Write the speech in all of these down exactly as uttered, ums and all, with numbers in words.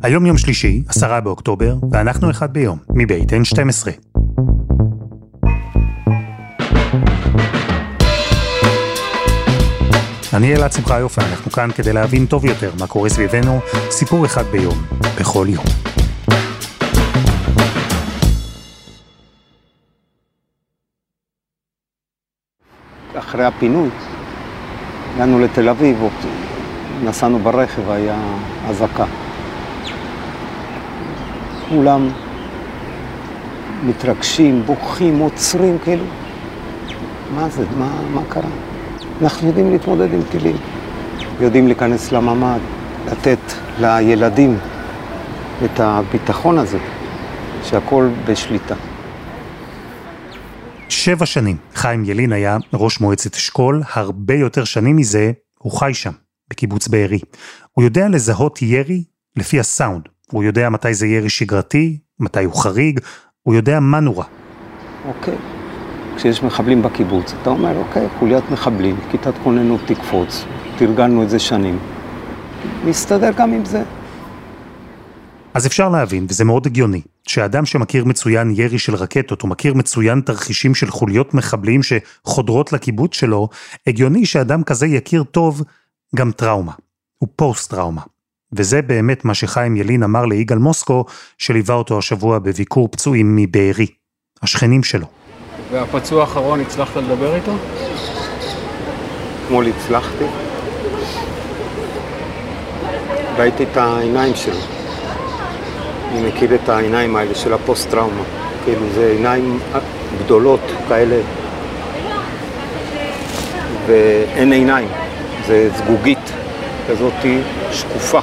היום יום שלישי, עשרה באוקטובר, ואנחנו אחד ביום, מבית אן שתים עשרה. אני אלעד שמחה יופי, אנחנו כאן כדי להבין טוב יותר מה קורה סביבנו, סיפור אחד ביום, בכל יום. אחרי הפינוי, הגענו לתל אביב, נסענו ברכב, היה אזעקה. כולם מתרגשים, בוכים, עוצרים, כאילו. מה זה? מה, מה קרה? אנחנו יודעים להתמודד עם טילים. יודעים להיכנס לממ"ד, לתת לילדים את הביטחון הזה, שהכל בשליטה. שבע שנים חיים ילין היה ראש מועצת אשכול, הרבה יותר שנים מזה הוא חי שם, בקיבוץ בארי. הוא יודע לזהות ירי לפי הסאונד, הוא יודע מתי זה ירי שגרתי, מתי הוא חריג, הוא יודע מה נורא. אוקיי, כשיש מחבלים בקיבוץ, אתה אומר, אוקיי, חוליית מחבלים, כיתת כוננות תקפוץ, תרגלנו את זה שנים, נסתדר גם עם זה. אז אפשר להבין, וזה מאוד הגיוני, שאדם שמכיר מצוין ירי של רקטות, הוא מכיר מצוין תרחישים של חוליות מחבלים שחודרות לקיבוץ שלו, הגיוני שאדם כזה יכיר טוב גם טראומה, הוא פוסט-טראומה. וזה באמת מה שחיים ילין אמר ליגאל מוסקו, שליווה אותו השבוע בביקור פצועים מבארי, השכנים שלו. והפצוע האחרון, הצלחת לדבר איתו? אתמול הצלחתי. ראיתי את העיניים שלו. אני מכיר את העיניים האלה של הפוסט-טראומה. כאילו זה עיניים גדולות כאלה. ואין עיניים. זה זגוגית כזאת שקופה.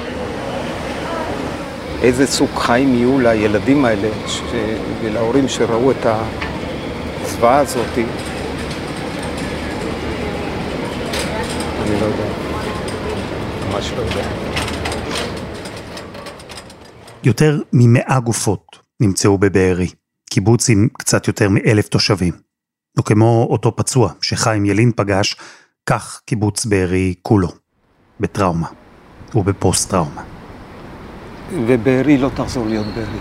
איזה סוג חיים יהיו לילדים האלה ש... ולהורים שראו את הזוועה הזאת. אני לא יודע. ממש לא יודע. יותר ממאה גופות נמצאו בבארי, קיבוץ עם קצת יותר מאלף תושבים. וכמו אותו פצוע שחיים ילין פגש, כך קיבוץ בארי כולו, בטראומה ובפוסט-טראומה. ובארי לא תחזור להיות בארי.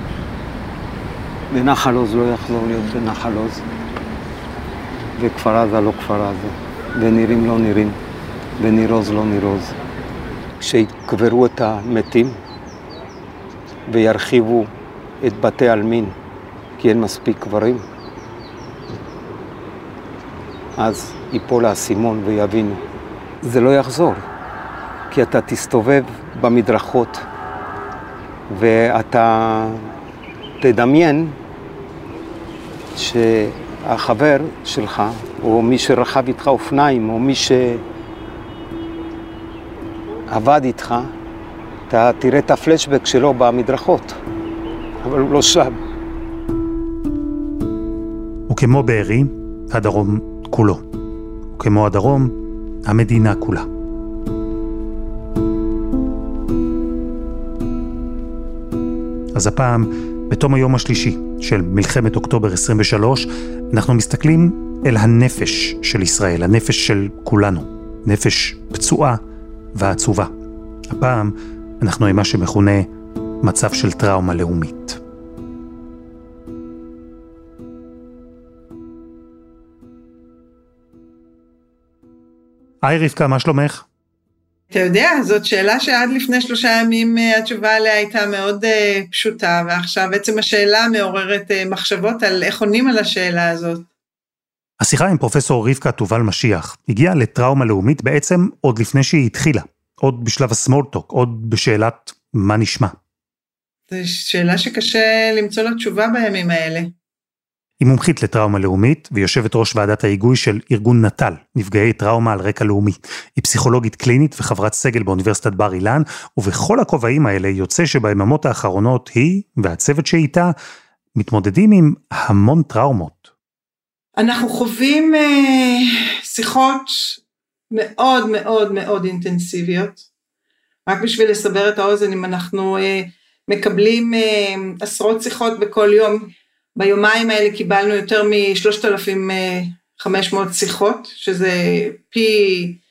בנחל עוז לא יחזור להיות בנחל עוז. וכפר עזה לא כפר עזה. ונירים לא נירים. וניר עוז לא ניר עוז. כשיקברו את המתים וירחיבו את בתי אלמין, כי אין מספיק קברים, אז ייפול האסימון ויבינו. זה לא יחזור, כי אתה תסתובב במדרכות, ואתה תדמיין שהחבר שלך, או מי שרכב איתך אופניים, או מי שעבד איתך, אתה תראה את הפלשבק שלו במדרכות, אבל הוא לא שם. וכמו בארי, הדרום כולו. וכמו הדרום, המדינה כולה. אז הפעם, בתום היום השלישי של מלחמת אוקטובר עשרים ושלוש, אנחנו מסתכלים אל הנפש של ישראל, הנפש של כולנו, נפש פצועה ועצובה. הפעם אנחנו עם מה שמכונה מצב של טראומה לאומית. היי רבקה, מה שלומך? אתה יודע, זאת שאלה שעד לפני שלושה ימים התשובה עליה הייתה מאוד uh, פשוטה, ועכשיו בעצם השאלה מעוררת uh, מחשבות על איך עונים על השאלה הזאת. השיחה עם פרופסור רבקה תובל משיח הגיעה לטראומה לאומית בעצם עוד לפני שהיא התחילה, עוד בשלב הסמולטוק, עוד בשאלת מה נשמע. זו שאלה שקשה למצוא לה תשובה בימים האלה. היא מומחית לטראומה לאומית, ויושבת ראש ועדת ההיגוי של ארגון נטל, נפגעי טראומה על רקע לאומי. היא פסיכולוגית קלינית וחברת סגל באוניברסיטת בר אילן, ובכל הכובעים האלה יוצא שביממות האחרונות היא והצוות שאיתה מתמודדים עם המון טראומות. אנחנו חווים אה, שיחות מאוד מאוד מאוד אינטנסיביות. רק בשביל לסבר את האוזן, אם אנחנו אה, מקבלים אה, עשרות שיחות בכל יום, ביומיים האלה קיבלנו יותר מ-שלושת אלפים וחמש מאות שיחות, שזה פי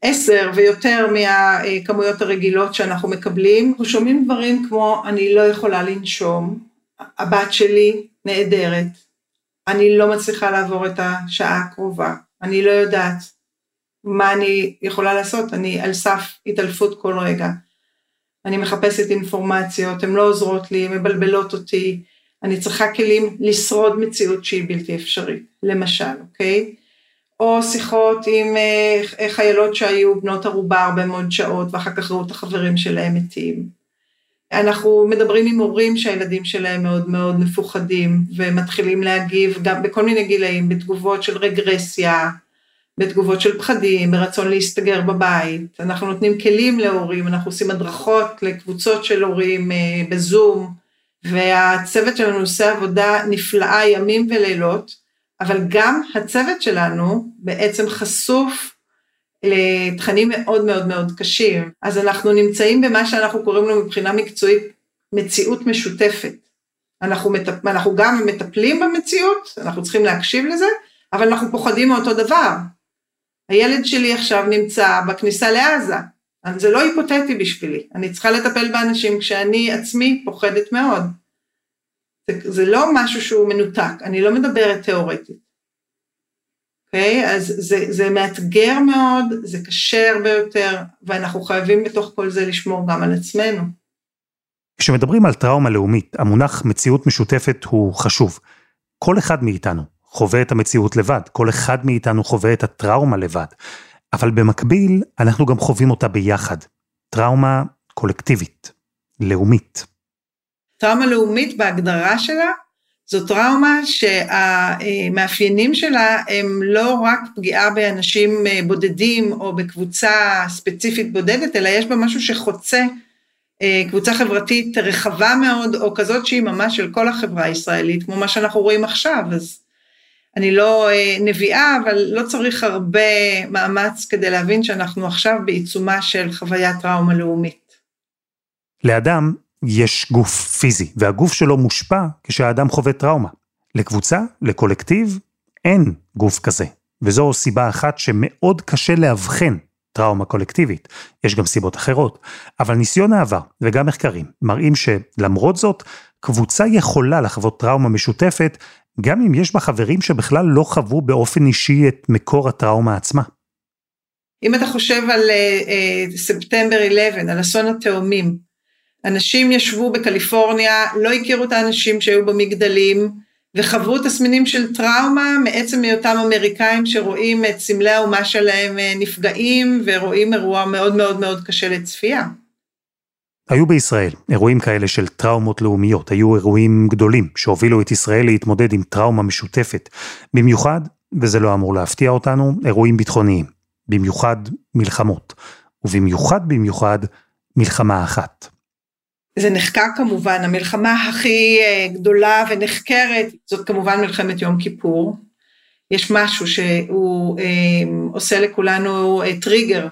עשר ויותר מהכמויות הרגילות שאנחנו מקבלים, אנחנו שומעים דברים כמו, אני לא יכולה לנשום, הבת שלי נהדרת, אני לא מצליחה לעבור את השעה הקרובה, אני לא יודעת מה אני יכולה לעשות, אני על סף התעלפות כל רגע, אני מחפשת אינפורמציות, הן לא עוזרות לי, הן מבלבלות אותי, אני צריכה כלים לשרוד מציאות שהיא בלתי אפשרית, למשל, אוקיי? או שיחות עם חיילות שהיו בנות ערובה הרבה מאוד שעות, ואחר כך ראו את החברים שלהם מתים. אנחנו מדברים עם הורים שהילדים שלהם מאוד מאוד מפוחדים, ומתחילים להגיב גם בכל מיני גילאים, בתגובות של רגרסיה, בתגובות של פחדים, ברצון להסתגר בבית. אנחנו נותנים כלים להורים, אנחנו עושים הדרכות לקבוצות של הורים בזום, והצוות שלנו עושה עבודה נפלאה ימים ולילות, אבל גם הצוות שלנו בעצם חשוף לתכנים מאוד מאוד מאוד קשים. אז אנחנו נמצאים במה שאנחנו קוראים לו מבחינה מקצועית, מציאות משותפת. אנחנו, מטפ... אנחנו גם מטפלים במציאות, אנחנו צריכים להקשיב לזה, אבל אנחנו פוחדים מאותו דבר. הילד שלי עכשיו נמצא בכניסה לעזה, זה לא היפותטי בשבילי, אני צריכה לטפל באנשים כשאני עצמי פוחדת מאוד. זה, זה לא משהו שהוא מנותק, אני לא מדברת תיאורטית. אוקיי? אז זה, זה מאתגר מאוד, זה קשה הרבה יותר, ואנחנו חייבים בתוך כל זה לשמור גם על עצמנו. כשמדברים על טראומה לאומית, המונח מציאות משותפת הוא חשוב. כל אחד מאיתנו חווה את המציאות לבד, כל אחד מאיתנו חווה את הטראומה לבד, אבל במקביל אנחנו גם חווים אותה ביחד. טראומה קולקטיבית, לאומית. טראומה לאומית בהגדרה שלה, זו טראומה שהמאפיינים שלה הם לא רק פגיעה באנשים בודדים או בקבוצה ספציפית בודדת, אלא יש בה משהו שחוצה קבוצה חברתית רחבה מאוד, או כזאת שהיא ממש של כל החברה הישראלית, כמו מה שאנחנו רואים עכשיו. אז אני לא נביאה, אבל לא צריך הרבה מאמץ כדי להבין שאנחנו עכשיו בעיצומה של חוויית טראומה לאומית. לאדם יש גוף פיזי, והגוף שלו מושפע כשהאדם חווה טראומה. לקבוצה, לקולקטיב, אין גוף כזה. וזו סיבה אחת שמאוד קשה להבחן טראומה קולקטיבית. יש גם סיבות אחרות. אבל ניסיון העבר וגם מחקרים מראים שלמרות זאת, קבוצה יכולה לחוות טראומה משותפת, גם אם יש בה חברים שבכלל לא חוו באופן אישי את מקור הטראומה עצמה. אם אתה חושב על uh, uh, ספטמבר אחת עשר, על אסון התאומים, אנשים ישבו בקליפורניה, לא הכירו את האנשים שהיו במגדלים, וחוו תסמינים של טראומה, מעצם מאותם אמריקאים שרואים את סמלי האומה שלהם נפגעים, ורואים אירוע מאוד מאוד מאוד קשה לצפייה. היו בישראל אירועים כאלה של טראומות לאומיות, היו אירועים גדולים שהובילו את ישראל להתמודד עם טראומה משותפת, במיוחד, וזה לא אמור להפתיע אותנו, אירועים ביטחוניים, במיוחד מלחמות, ובמיוחד במיוחד מלחמה אחת. זה נחקר כמובן, המלחמה הכי גדולה ונחקרת, זאת כמובן מלחמת יום כיפור, יש משהו שהוא אה, עושה לכולנו אה, טריגר,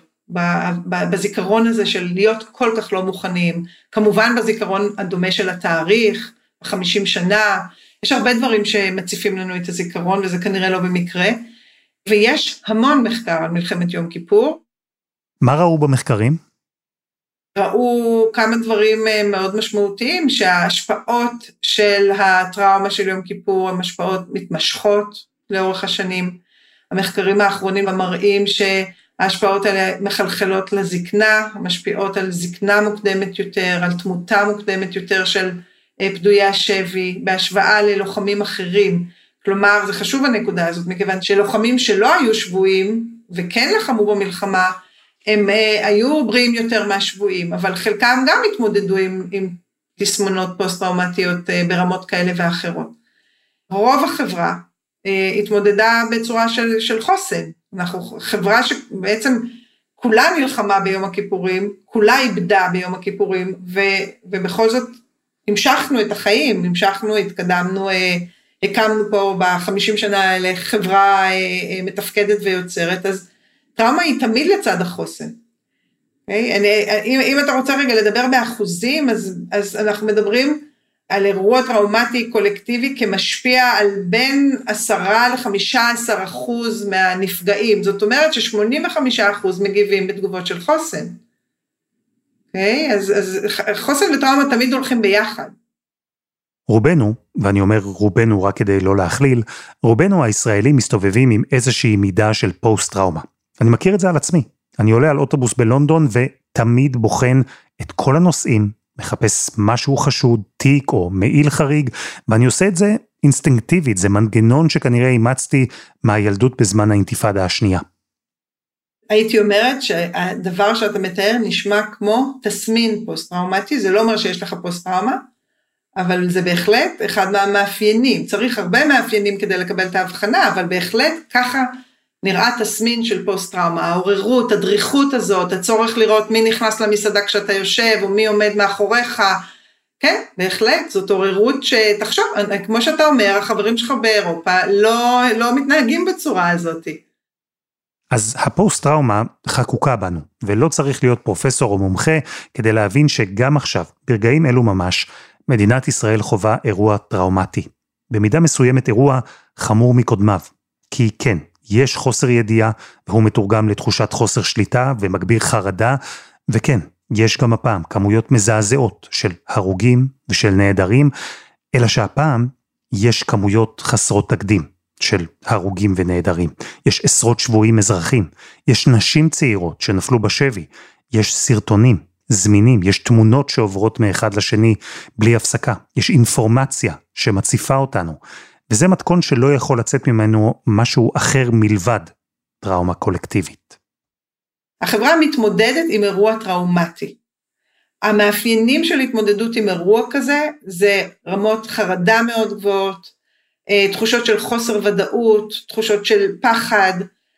בזיכרון הזה של להיות כל כך לא מוכנים, כמובן בזיכרון הדומה של התאריך, חמישים שנה, יש הרבה דברים שמציפים לנו את הזיכרון, וזה כנראה לא במקרה, ויש המון מחקר על מלחמת יום כיפור. מה ראו במחקרים? ראו כמה דברים מאוד משמעותיים, שההשפעות של הטראומה של יום כיפור, הן השפעות מתמשכות לאורך השנים, המחקרים האחרונים מראים ש ההשפעות האלה מחלחלות לזקנה, משפיעות על זקנה מוקדמת יותר, על תמותה מוקדמת יותר של פדויי השבי, בהשוואה ללוחמים אחרים. כלומר, זה חשוב הנקודה הזאת, מכיוון שלוחמים שלא היו שבויים, וכן לחמו במלחמה, הם היו בריאים יותר מהשבויים, אבל חלקם גם התמודדו עם, עם תסמונות פוסט-טראומטיות ברמות כאלה ואחרות. רוב החברה התמודדה בצורה של, של חוסן, אנחנו חברה שבעצם כולה נלחמה ביום הכיפורים, כולה איבדה ביום הכיפורים, ו, ובכל זאת המשכנו את החיים, המשכנו, התקדמנו, הקמנו פה בחמישים שנה האלה חברה מתפקדת ויוצרת, אז טראומה היא תמיד לצד החוסן. Okay? אני, אם, אם אתה רוצה רגע לדבר באחוזים, אז, אז אנחנו מדברים על אירוע טראומטי קולקטיבי כמשפיע על בין עשרה לחמישה עשר אחוז מהנפגעים, זאת אומרת ש-שמונים וחמישה אחוז מגיבים בתגובות של חוסן. אוקיי? אז, אז חוסן וטראומה תמיד הולכים ביחד. רובנו, ואני אומר רובנו רק כדי לא להכליל, רובנו הישראלים מסתובבים עם איזושהי מידה של פוסט-טראומה. אני מכיר את זה על עצמי. אני עולה על אוטובוס בלונדון ותמיד בוחן את כל הנושאים, מחפש משהו חשוד, תיק או מעיל חריג, ואני עושה את זה אינסטינקטיבית, זה מנגנון שכנראה אימצתי מהילדות בזמן האינתיפאדה השנייה. הייתי אומרת שהדבר שאתה מתאר נשמע כמו תסמין פוסט-טראומטי, זה לא אומר שיש לך פוסט-טראומה, אבל זה בהחלט אחד מהמאפיינים, צריך הרבה מאפיינים כדי לקבל את ההבחנה, אבל בהחלט ככה נראה תסמין של פוסט-טראומה, העוררות, הדריכות הזאת, הצורך לראות מי נכנס למסעדה כשאתה יושב, או מי עומד מאחוריך, כן, בהחלט, זאת עוררות שתחשוב, כמו שאתה אומר, החברים שלך באירופה לא, לא מתנהגים בצורה הזאת. אז הפוסט-טראומה חקוקה בנו, ולא צריך להיות פרופסור או מומחה, כדי להבין שגם עכשיו, ברגעים אלו ממש, מדינת ישראל חובה אירוע טראומטי. במידה מסוימת אירוע חמור מקודמיו, כי כן, יש חוסר ידיעה, והוא מתורגם לתחושת חוסר שליטה ומגביר חרדה, וכן, יש גם הפעם כמויות מזעזעות של הרוגים ושל נעדרים, אלא שהפעם יש כמויות חסרות תקדים של הרוגים ונעדרים. יש עשרות שבויים אזרחים, יש נשים צעירות שנפלו בשבי, יש סרטונים זמינים, יש תמונות שעוברות מאחד לשני בלי הפסקה, יש אינפורמציה שמציפה אותנו, וזה מתכון שלא יכול לצאת ממנו משהו אחר מלבד טראומה קולקטיבית. החברה מתמודדת עם אירוע טראומטי. המאפיינים של התמודדות עם אירוע כזה, זה רמות חרדה מאוד גבוהות, תחושות של חוסר ודאות, תחושות של פחד,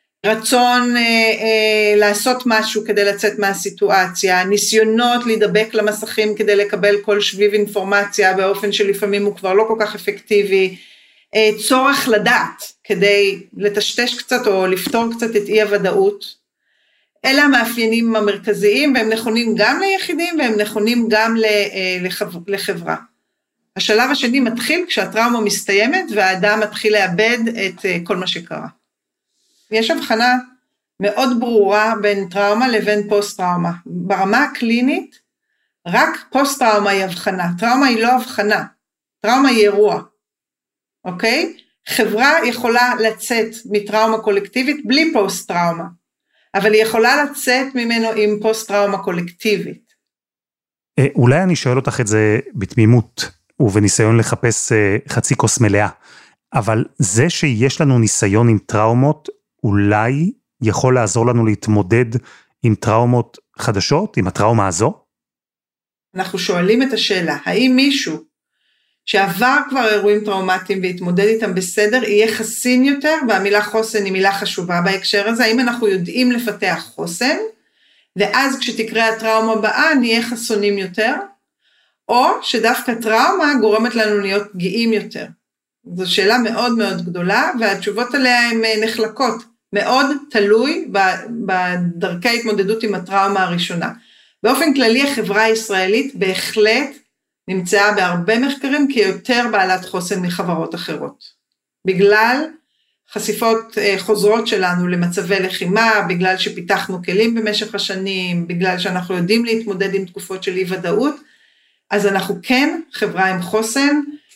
רצון אה, אה, לעשות משהו כדי לצאת מהסיטואציה, ניסיונות להידבק למסכים כדי לקבל כל שביב אינפורמציה, באופן שלפעמים הוא כבר לא כל כך אפקטיבי, אה, צורך לדעת כדי לטשטש קצת או לפתור קצת את אי הוודאות. אלה המאפיינים המרכזיים, והם נכונים גם ליחידים, והם נכונים גם לחברה. השלב השני מתחיל כשהטראומה מסתיימת, והאדם מתחיל לאבד את כל מה שקרה. יש הבחנה מאוד ברורה בין טראומה לבין פוסט-טראומה. ברמה הקלינית, רק פוסט-טראומה היא הבחנה. טראומה היא לא הבחנה. טראומה היא אירוע. אוקיי? חברה יכולה לצאת מטראומה קולקטיבית בלי פוסט-טראומה. אבל היא יכולה לצאת ממנו עם פוסט-טראומה קולקטיבית. אולי אני שואל אותך את זה בתמימות, ובניסיון לחפש חצי כוס מלאה, אבל זה שיש לנו ניסיון עם טראומות, אולי יכול לעזור לנו להתמודד עם טראומות חדשות, עם הטראומה הזו? אנחנו שואלים את השאלה, האם מישהו שעבר כבר אירועים טראומטיים והתמודד איתם בסדר, יהיה חסין יותר, והמילה חוסן היא מילה חשובה בהקשר הזה, האם אנחנו יודעים לפתח חוסן, ואז כשתקרה הטראומה הבאה נהיה חסונים יותר, או שדווקא טראומה גורמת לנו להיות פגיעים יותר. זו שאלה מאוד מאוד גדולה, והתשובות עליה הן נחלקות, מאוד תלוי בדרכי ההתמודדות עם הטראומה הראשונה. באופן כללי החברה הישראלית בהחלט נמצאה בהרבה מחקרים כיותר בעלת חוסן מחברות אחרות. בגלל חשיפות חוזרות שלנו למצבי לחימה, בגלל שפיתחנו כלים במשך השנים, בגלל שאנחנו יודעים להתמודד עם תקופות של אי ודאות, אז אנחנו כן חברה עם חוסן,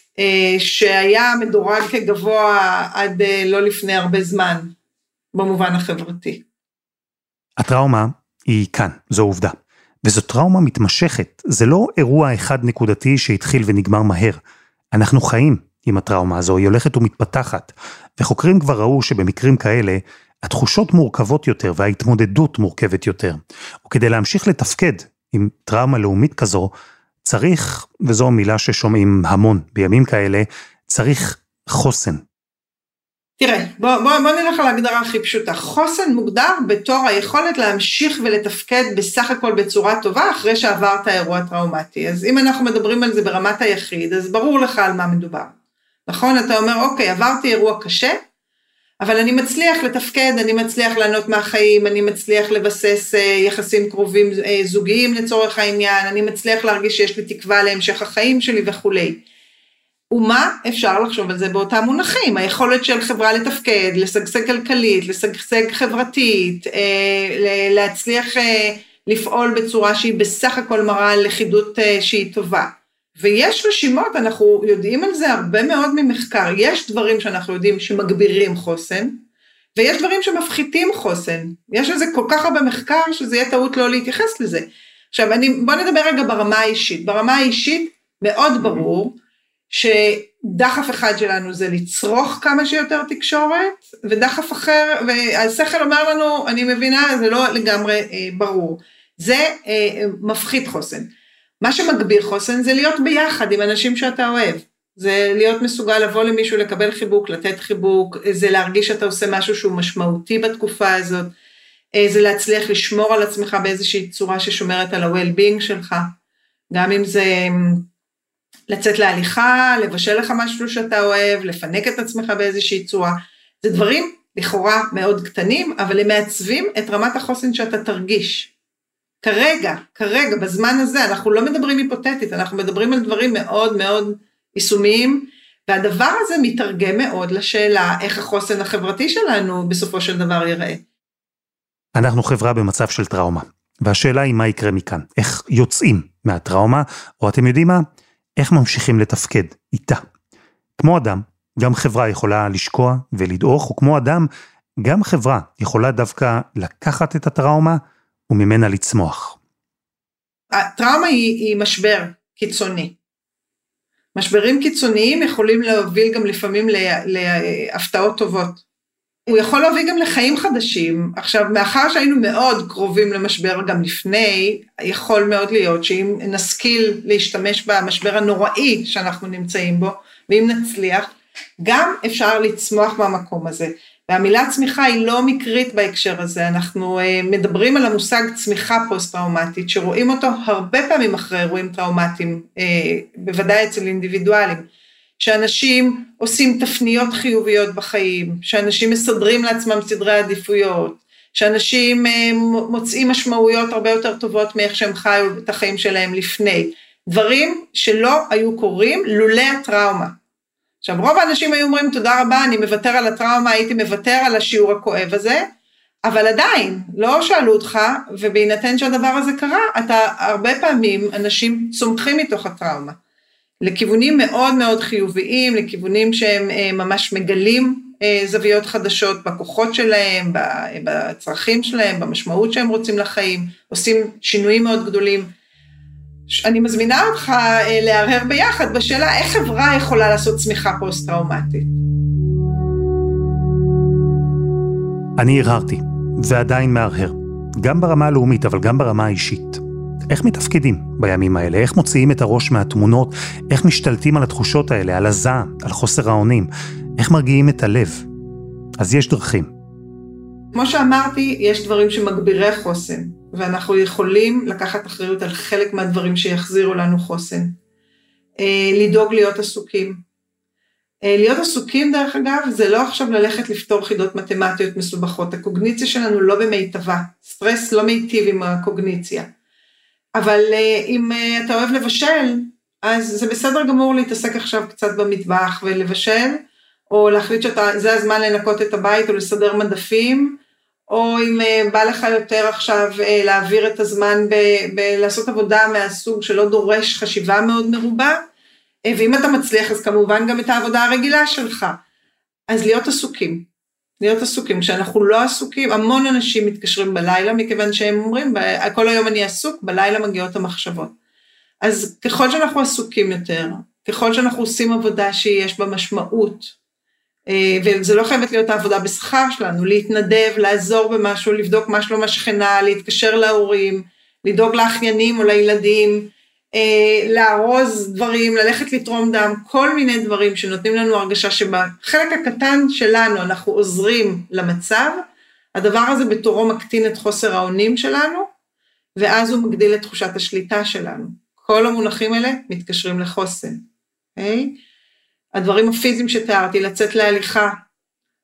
שהיה מדורג כגבוה עד לא לפני הרבה זמן, במובן החברתי. הטראומה היא כאן, זו עובדה. וזו טראומה מתמשכת, זה לא אירוע אחד נקודתי שהתחיל ונגמר מהר. אנחנו חיים עם הטראומה הזו, היא הולכת ומתפתחת, וחוקרים כבר ראו שבמקרים כאלה, התחושות מורכבות יותר וההתמודדות מורכבת יותר. וכדי להמשיך לתפקד עם טראומה לאומית כזו, צריך, וזו מילה ששומעים המון בימים כאלה, צריך חוסן. תראה, בוא, בוא, בוא נלך על ההגדרה הכי פשוטה. חוסן מוגדר בתור היכולת להמשיך ולתפקד בסך הכל בצורה טובה, אחרי שעברת האירוע טראומטי. אז אם אנחנו מדברים על זה ברמת היחיד, אז ברור לך על מה מדובר. נכון? אתה אומר, אוקיי, עברתי אירוע קשה, אבל אני מצליח לתפקד, אני מצליח לענות מהחיים, אני מצליח לבסס יחסים קרובים זוגיים לצורך העניין, אני מצליח להרגיש שיש לי תקווה להמשך החיים שלי וכולי. ומה אפשר לחשוב על זה באותם מונחים? היכולת של חברה לתפקד, לשגשג כלכלית, לשגשג חברתית, להצליח לפעול בצורה שהיא בסך הכל מראה על לכידות שהיא טובה. ויש רשימות, אנחנו יודעים על זה הרבה מאוד ממחקר, יש דברים שאנחנו יודעים שמגבירים חוסן, ויש דברים שמפחיתים חוסן, יש לזה כל כך הרבה מחקר שזה יהיה טעות לא להתייחס לזה. עכשיו אני, בוא נדבר רגע ברמה האישית, ברמה האישית מאוד ברור, שדחף אחד שלנו זה לצרוך כמה שיותר תקשורת, ודחף אחר, והשכל אומר לנו, אני מבינה, זה לא לגמרי אה, ברור, זה אה, מפחית חוסן. מה שמגביר חוסן זה להיות ביחד עם אנשים שאתה אוהב, זה להיות מסוגל לבוא למישהו, לקבל חיבוק, לתת חיבוק, זה להרגיש שאתה עושה משהו שהוא משמעותי בתקופה הזאת, זה להצליח לשמור על עצמך באיזושהי צורה ששומרת על ה-well-being שלך, גם אם זה לצאת להליכה, לבשל לך משהו שאתה אוהב, לפנק את עצמך באיזושהי צורה, זה דברים לכאורה מאוד קטנים, אבל הם מעצבים את רמת החוסן שאתה תרגיש. כרגע, כרגע, בזמן הזה, אנחנו לא מדברים היפותטית, אנחנו מדברים על דברים מאוד מאוד יישומיים, והדבר הזה מתרגם מאוד לשאלה איך החוסן החברתי שלנו בסופו של דבר ייראה. אנחנו חברה במצב של טראומה, והשאלה היא מה יקרה מכאן, איך יוצאים מהטראומה, או אתם יודעים מה? איך ממשיכים לתפקד איתה. כמו אדם, גם חברה יכולה לשקוע ולדעוך, וכמו אדם, גם חברה יכולה דווקא לקחת את הטראומה, וממנה לצמוח. הטראומה היא, היא משבר קיצוני. משברים קיצוניים יכולים להוביל גם לפעמים להפתעות טובות. הוא יכול להוביל גם לחיים חדשים. עכשיו, מאחר שהיינו מאוד קרובים למשבר גם לפני, יכול מאוד להיות שאם נשכיל להשתמש במשבר הנוראי שאנחנו נמצאים בו, ואם נצליח, גם אפשר לצמוח מהמקום הזה. והמילה צמיחה היא לא מקרית בהקשר הזה, אנחנו מדברים על המושג צמיחה פוסט-טראומטית, שרואים אותו הרבה פעמים אחרי אירועים טראומטיים, בוודאי אצל אינדיבידואלים, שאנשים עושים תפניות חיוביות בחיים, שאנשים מסדרים לעצמם סדרי עדיפויות, שאנשים מוצאים משמעויות הרבה יותר טובות מאיך שהם חיו את החיים שלהם לפני, דברים שלא היו קורים לולא הטראומה. עכשיו, רוב האנשים היו אומרים, תודה רבה, אני מוותר על הטראומה, הייתי מוותר על השיעור הכואב הזה, אבל עדיין, לא שאלו אותך, ובהינתן שהדבר הזה קרה, אתה הרבה פעמים, אנשים צומחים מתוך הטראומה, לכיוונים מאוד מאוד חיוביים, לכיוונים שהם ממש מגלים זוויות חדשות בכוחות שלהם, בצרכים שלהם, במשמעות שהם רוצים לחיים, עושים שינויים מאוד גדולים, אני מזמינה אותך להרהר ביחד בשאלה איך חברה יכולה לעשות צמיחה פוסט-טראומטית. אני הרהרתי, ועדיין מהרהר, גם ברמה הלאומית, אבל גם ברמה האישית. איך מתפקדים בימים האלה? איך מוציאים את הראש מהתמונות? איך משתלטים על התחושות האלה, על הזעם, על חוסר האונים? איך מרגיעים את הלב? אז יש דרכים. כמו שאמרתי, יש דברים שמגבירי חוסן, ואנחנו יכולים לקחת אחריות על חלק מהדברים שיחזירו לנו חוסן. לדאוג להיות עסוקים. להיות עסוקים, דרך אגב, זה לא עכשיו ללכת לפתור חידות מתמטיות מסובכות. הקוגניציה שלנו לא במיטבה. סטרס לא מיטיב עם הקוגניציה. אבל אם אתה אוהב לבשל, אז זה בסדר גמור להתעסק עכשיו קצת במטבח ולבשל, או להחליט שזה הזמן לנקות את הבית או לסדר מדפים, או אם בא לך יותר עכשיו להעביר את הזמן בלעשות עבודה מהסוג שלא דורש חשיבה מאוד מרובה, ואם אתה מצליח אז כמובן גם את העבודה הרגילה שלך. אז להיות עסוקים, להיות עסוקים. כשאנחנו לא עסוקים, המון אנשים מתקשרים בלילה, מכיוון שהם אומרים, כל היום אני עסוק, בלילה מגיעות המחשבות. אז ככל שאנחנו עסוקים יותר, ככל שאנחנו עושים עבודה שיש בה משמעות, וזה לא חייבת להיות העבודה בשכר שלנו, להתנדב, לעזור במשהו, לבדוק מה שלום השכנה, להתקשר להורים, לדאוג לאחיינים או לילדים, לארוז דברים, ללכת לתרום דם, כל מיני דברים שנותנים לנו הרגשה שבחלק הקטן שלנו אנחנו עוזרים למצב, הדבר הזה בתורו מקטין את חוסר האונים שלנו, ואז הוא מגדיל את תחושת השליטה שלנו. כל המונחים האלה מתקשרים לחוסן. Okay? הדברים הפיזיים שתיארתי, לצאת להליכה,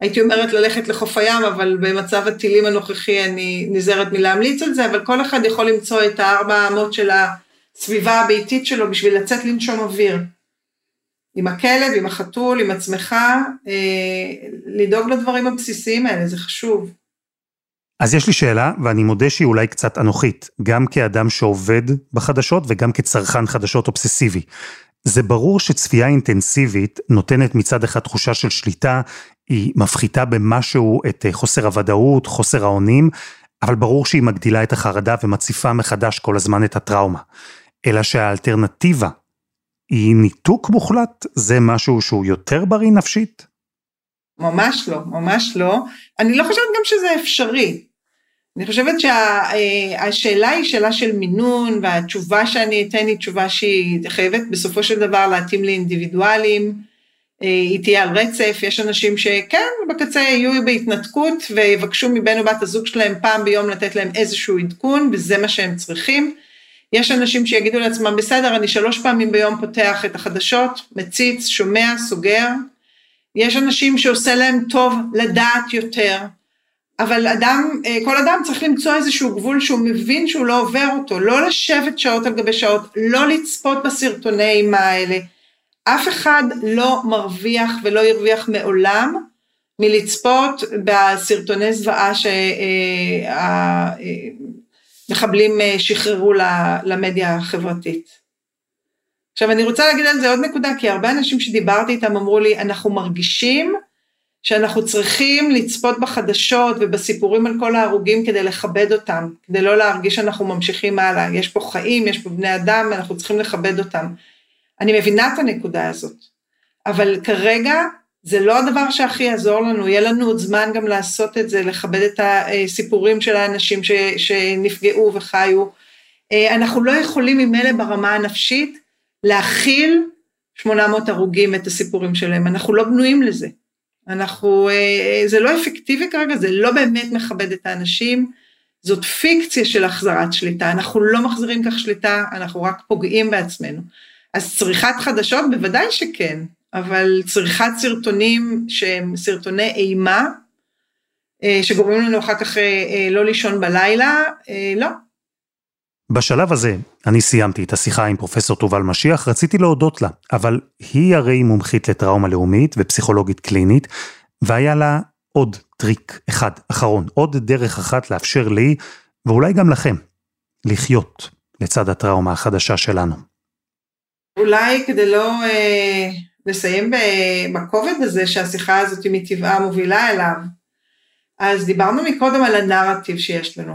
הייתי אומרת ללכת לחוף הים, אבל במצב הטילים הנוכחי אני נזהרת מלהמליץ על זה, אבל כל אחד יכול למצוא את הארבע אמות של הסביבה הביתית שלו, בשביל לצאת לנשום אוויר. עם הכלב, עם החתול, עם עצמך, אה, לדאוג לדברים הבסיסיים האלה, זה חשוב. אז יש לי שאלה, ואני מודה שהיא אולי קצת אנוכית, גם כאדם שעובד בחדשות, וגם כצרכן חדשות אובססיבי. זה ברור שצפייה אינטנסיבית נותנת מצד אחד תחושה של שליטה, היא מפחיתה במשהו את חוסר הוודאות, חוסר האונים, אבל ברור שהיא מגדילה את החרדה ומציפה מחדש כל הזמן את הטראומה. אלא שהאלטרנטיבה היא ניתוק מוחלט, זה משהו שהוא יותר בריא נפשית? ממש לא, ממש לא. אני לא חושבת גם שזה אפשרי. אני חושבת שהשאלה היא שאלה של מינון, והתשובה שאני אתן היא תשובה שהיא חייבת בסופו של דבר להתאים לאינדיבידואלים, היא תהיה על רצף, יש אנשים שכן, בקצה יהיו בהתנתקות, ויבקשו מבן או בת הזוג שלהם פעם ביום לתת להם איזשהו עדכון, וזה מה שהם צריכים. יש אנשים שיגידו לעצמם, בסדר, אני שלוש פעמים ביום פותח את החדשות, מציץ, שומע, סוגר. יש אנשים שעושה להם טוב לדעת יותר, אבל אדם, כל אדם צריך למצוא איזשהו גבול שהוא מבין שהוא לא עובר אותו, לא לשבת שעות על גבי שעות, לא לצפות בסרטוני אימה האלה. אף אחד לא מרוויח ולא ירוויח מעולם מלצפות בסרטוני זוועה שהמחבלים שחררו למדיה החברתית. עכשיו אני רוצה להגיד על זה עוד נקודה, כי הרבה אנשים שדיברתי איתם אמרו לי, אנחנו מרגישים שאנחנו צריכים לצפות בחדשות ובסיפורים על כל ההרוגים כדי לכבד אותם, כדי לא להרגיש שאנחנו ממשיכים הלאה, יש פה חיים, יש פה בני אדם, אנחנו צריכים לכבד אותם. אני מבינה את הנקודה הזאת, אבל כרגע זה לא הדבר שהכי יעזור לנו, יהיה לנו עוד זמן גם לעשות את זה, לכבד את הסיפורים של האנשים ש, שנפגעו וחיו. אנחנו לא יכולים ממילא ברמה הנפשית להכיל שמונה מאות הרוגים את הסיפורים שלהם, אנחנו לא בנויים לזה. אנחנו, זה לא אפקטיבי כרגע, זה לא באמת מכבד את האנשים, זאת פיקציה של החזרת שליטה, אנחנו לא מחזירים כך שליטה, אנחנו רק פוגעים בעצמנו. אז צריכת חדשות בוודאי שכן, אבל צריכת סרטונים שהם סרטוני אימה, שגורמים לנו אחר כך לא לישון בלילה, לא. בשלב הזה אני סיימתי את השיחה עם פרופסור תובל משיח, רציתי להודות לה, אבל היא הרי מומחית לטראומה לאומית ופסיכולוגית קלינית, והיה לה עוד טריק אחד, אחרון, עוד דרך אחת לאפשר לי, ואולי גם לכם, לחיות לצד הטראומה החדשה שלנו. אולי כדי לא אה, לסיים בכובד הזה שהשיחה הזאת מטבעה מובילה אליו, אז דיברנו מקודם על הנרטיב שיש לנו.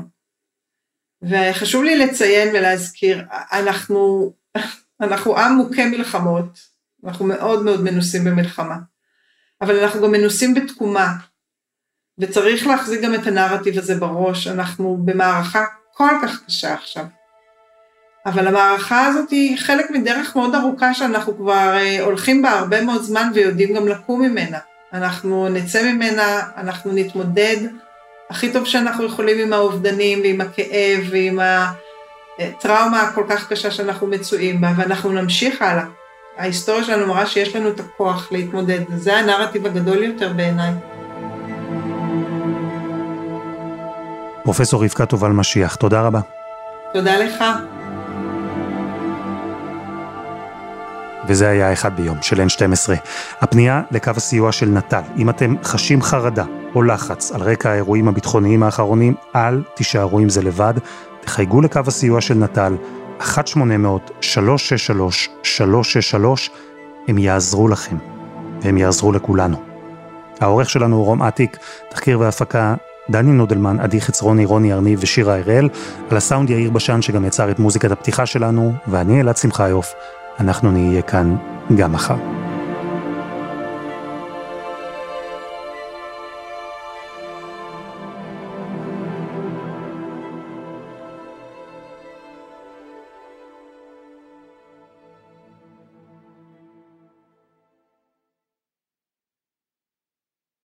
וחשוב לי לציין ולהזכיר, אנחנו, אנחנו עם מוכה מלחמות, אנחנו מאוד מאוד מנוסים במלחמה, אבל אנחנו גם מנוסים בתקומה, וצריך להחזיק גם את הנרטיב הזה בראש, אנחנו במערכה כל כך קשה עכשיו. אבל המערכה הזאת היא חלק מדרך מאוד ארוכה שאנחנו כבר הולכים בה הרבה מאוד זמן ויודעים גם לקום ממנה. אנחנו נצא ממנה, אנחנו נתמודד הכי טוב שאנחנו יכולים עם האובדנים ועם הכאב ועם הטראומה הכל כך קשה שאנחנו מצויים בה, ואנחנו נמשיך הלאה. ההיסטוריה שלנו מראה שיש לנו את הכוח להתמודד, זה הנרטיב הגדול יותר בעיניי. פרופסור רבקה תובל משיח, תודה רבה. תודה לך. וזה היה אחד ביום של אן שתים עשרה. הפנייה לקו הסיוע של נטל. אם אתם חשים חרדה או לחץ על רקע האירועים הביטחוניים האחרונים, אל תישארו עם זה לבד. תחייגו לקו הסיוע של נטל, אחת שמונה אפס אפס שלוש שש שלוש שלוש שש שלוש. הם יעזרו לכם, והם יעזרו לכולנו. העורך שלנו הוא רום עתיק, תחקיר והפקה דני נודלמן, עדי חצרוני, רוני ארניב ושירה הראל, על הסאונד יאיר בשן שגם יצר את מוזיקת הפתיחה שלנו, ואני אלעד שמחיוף. אנחנו נהיה כאן גם מחר.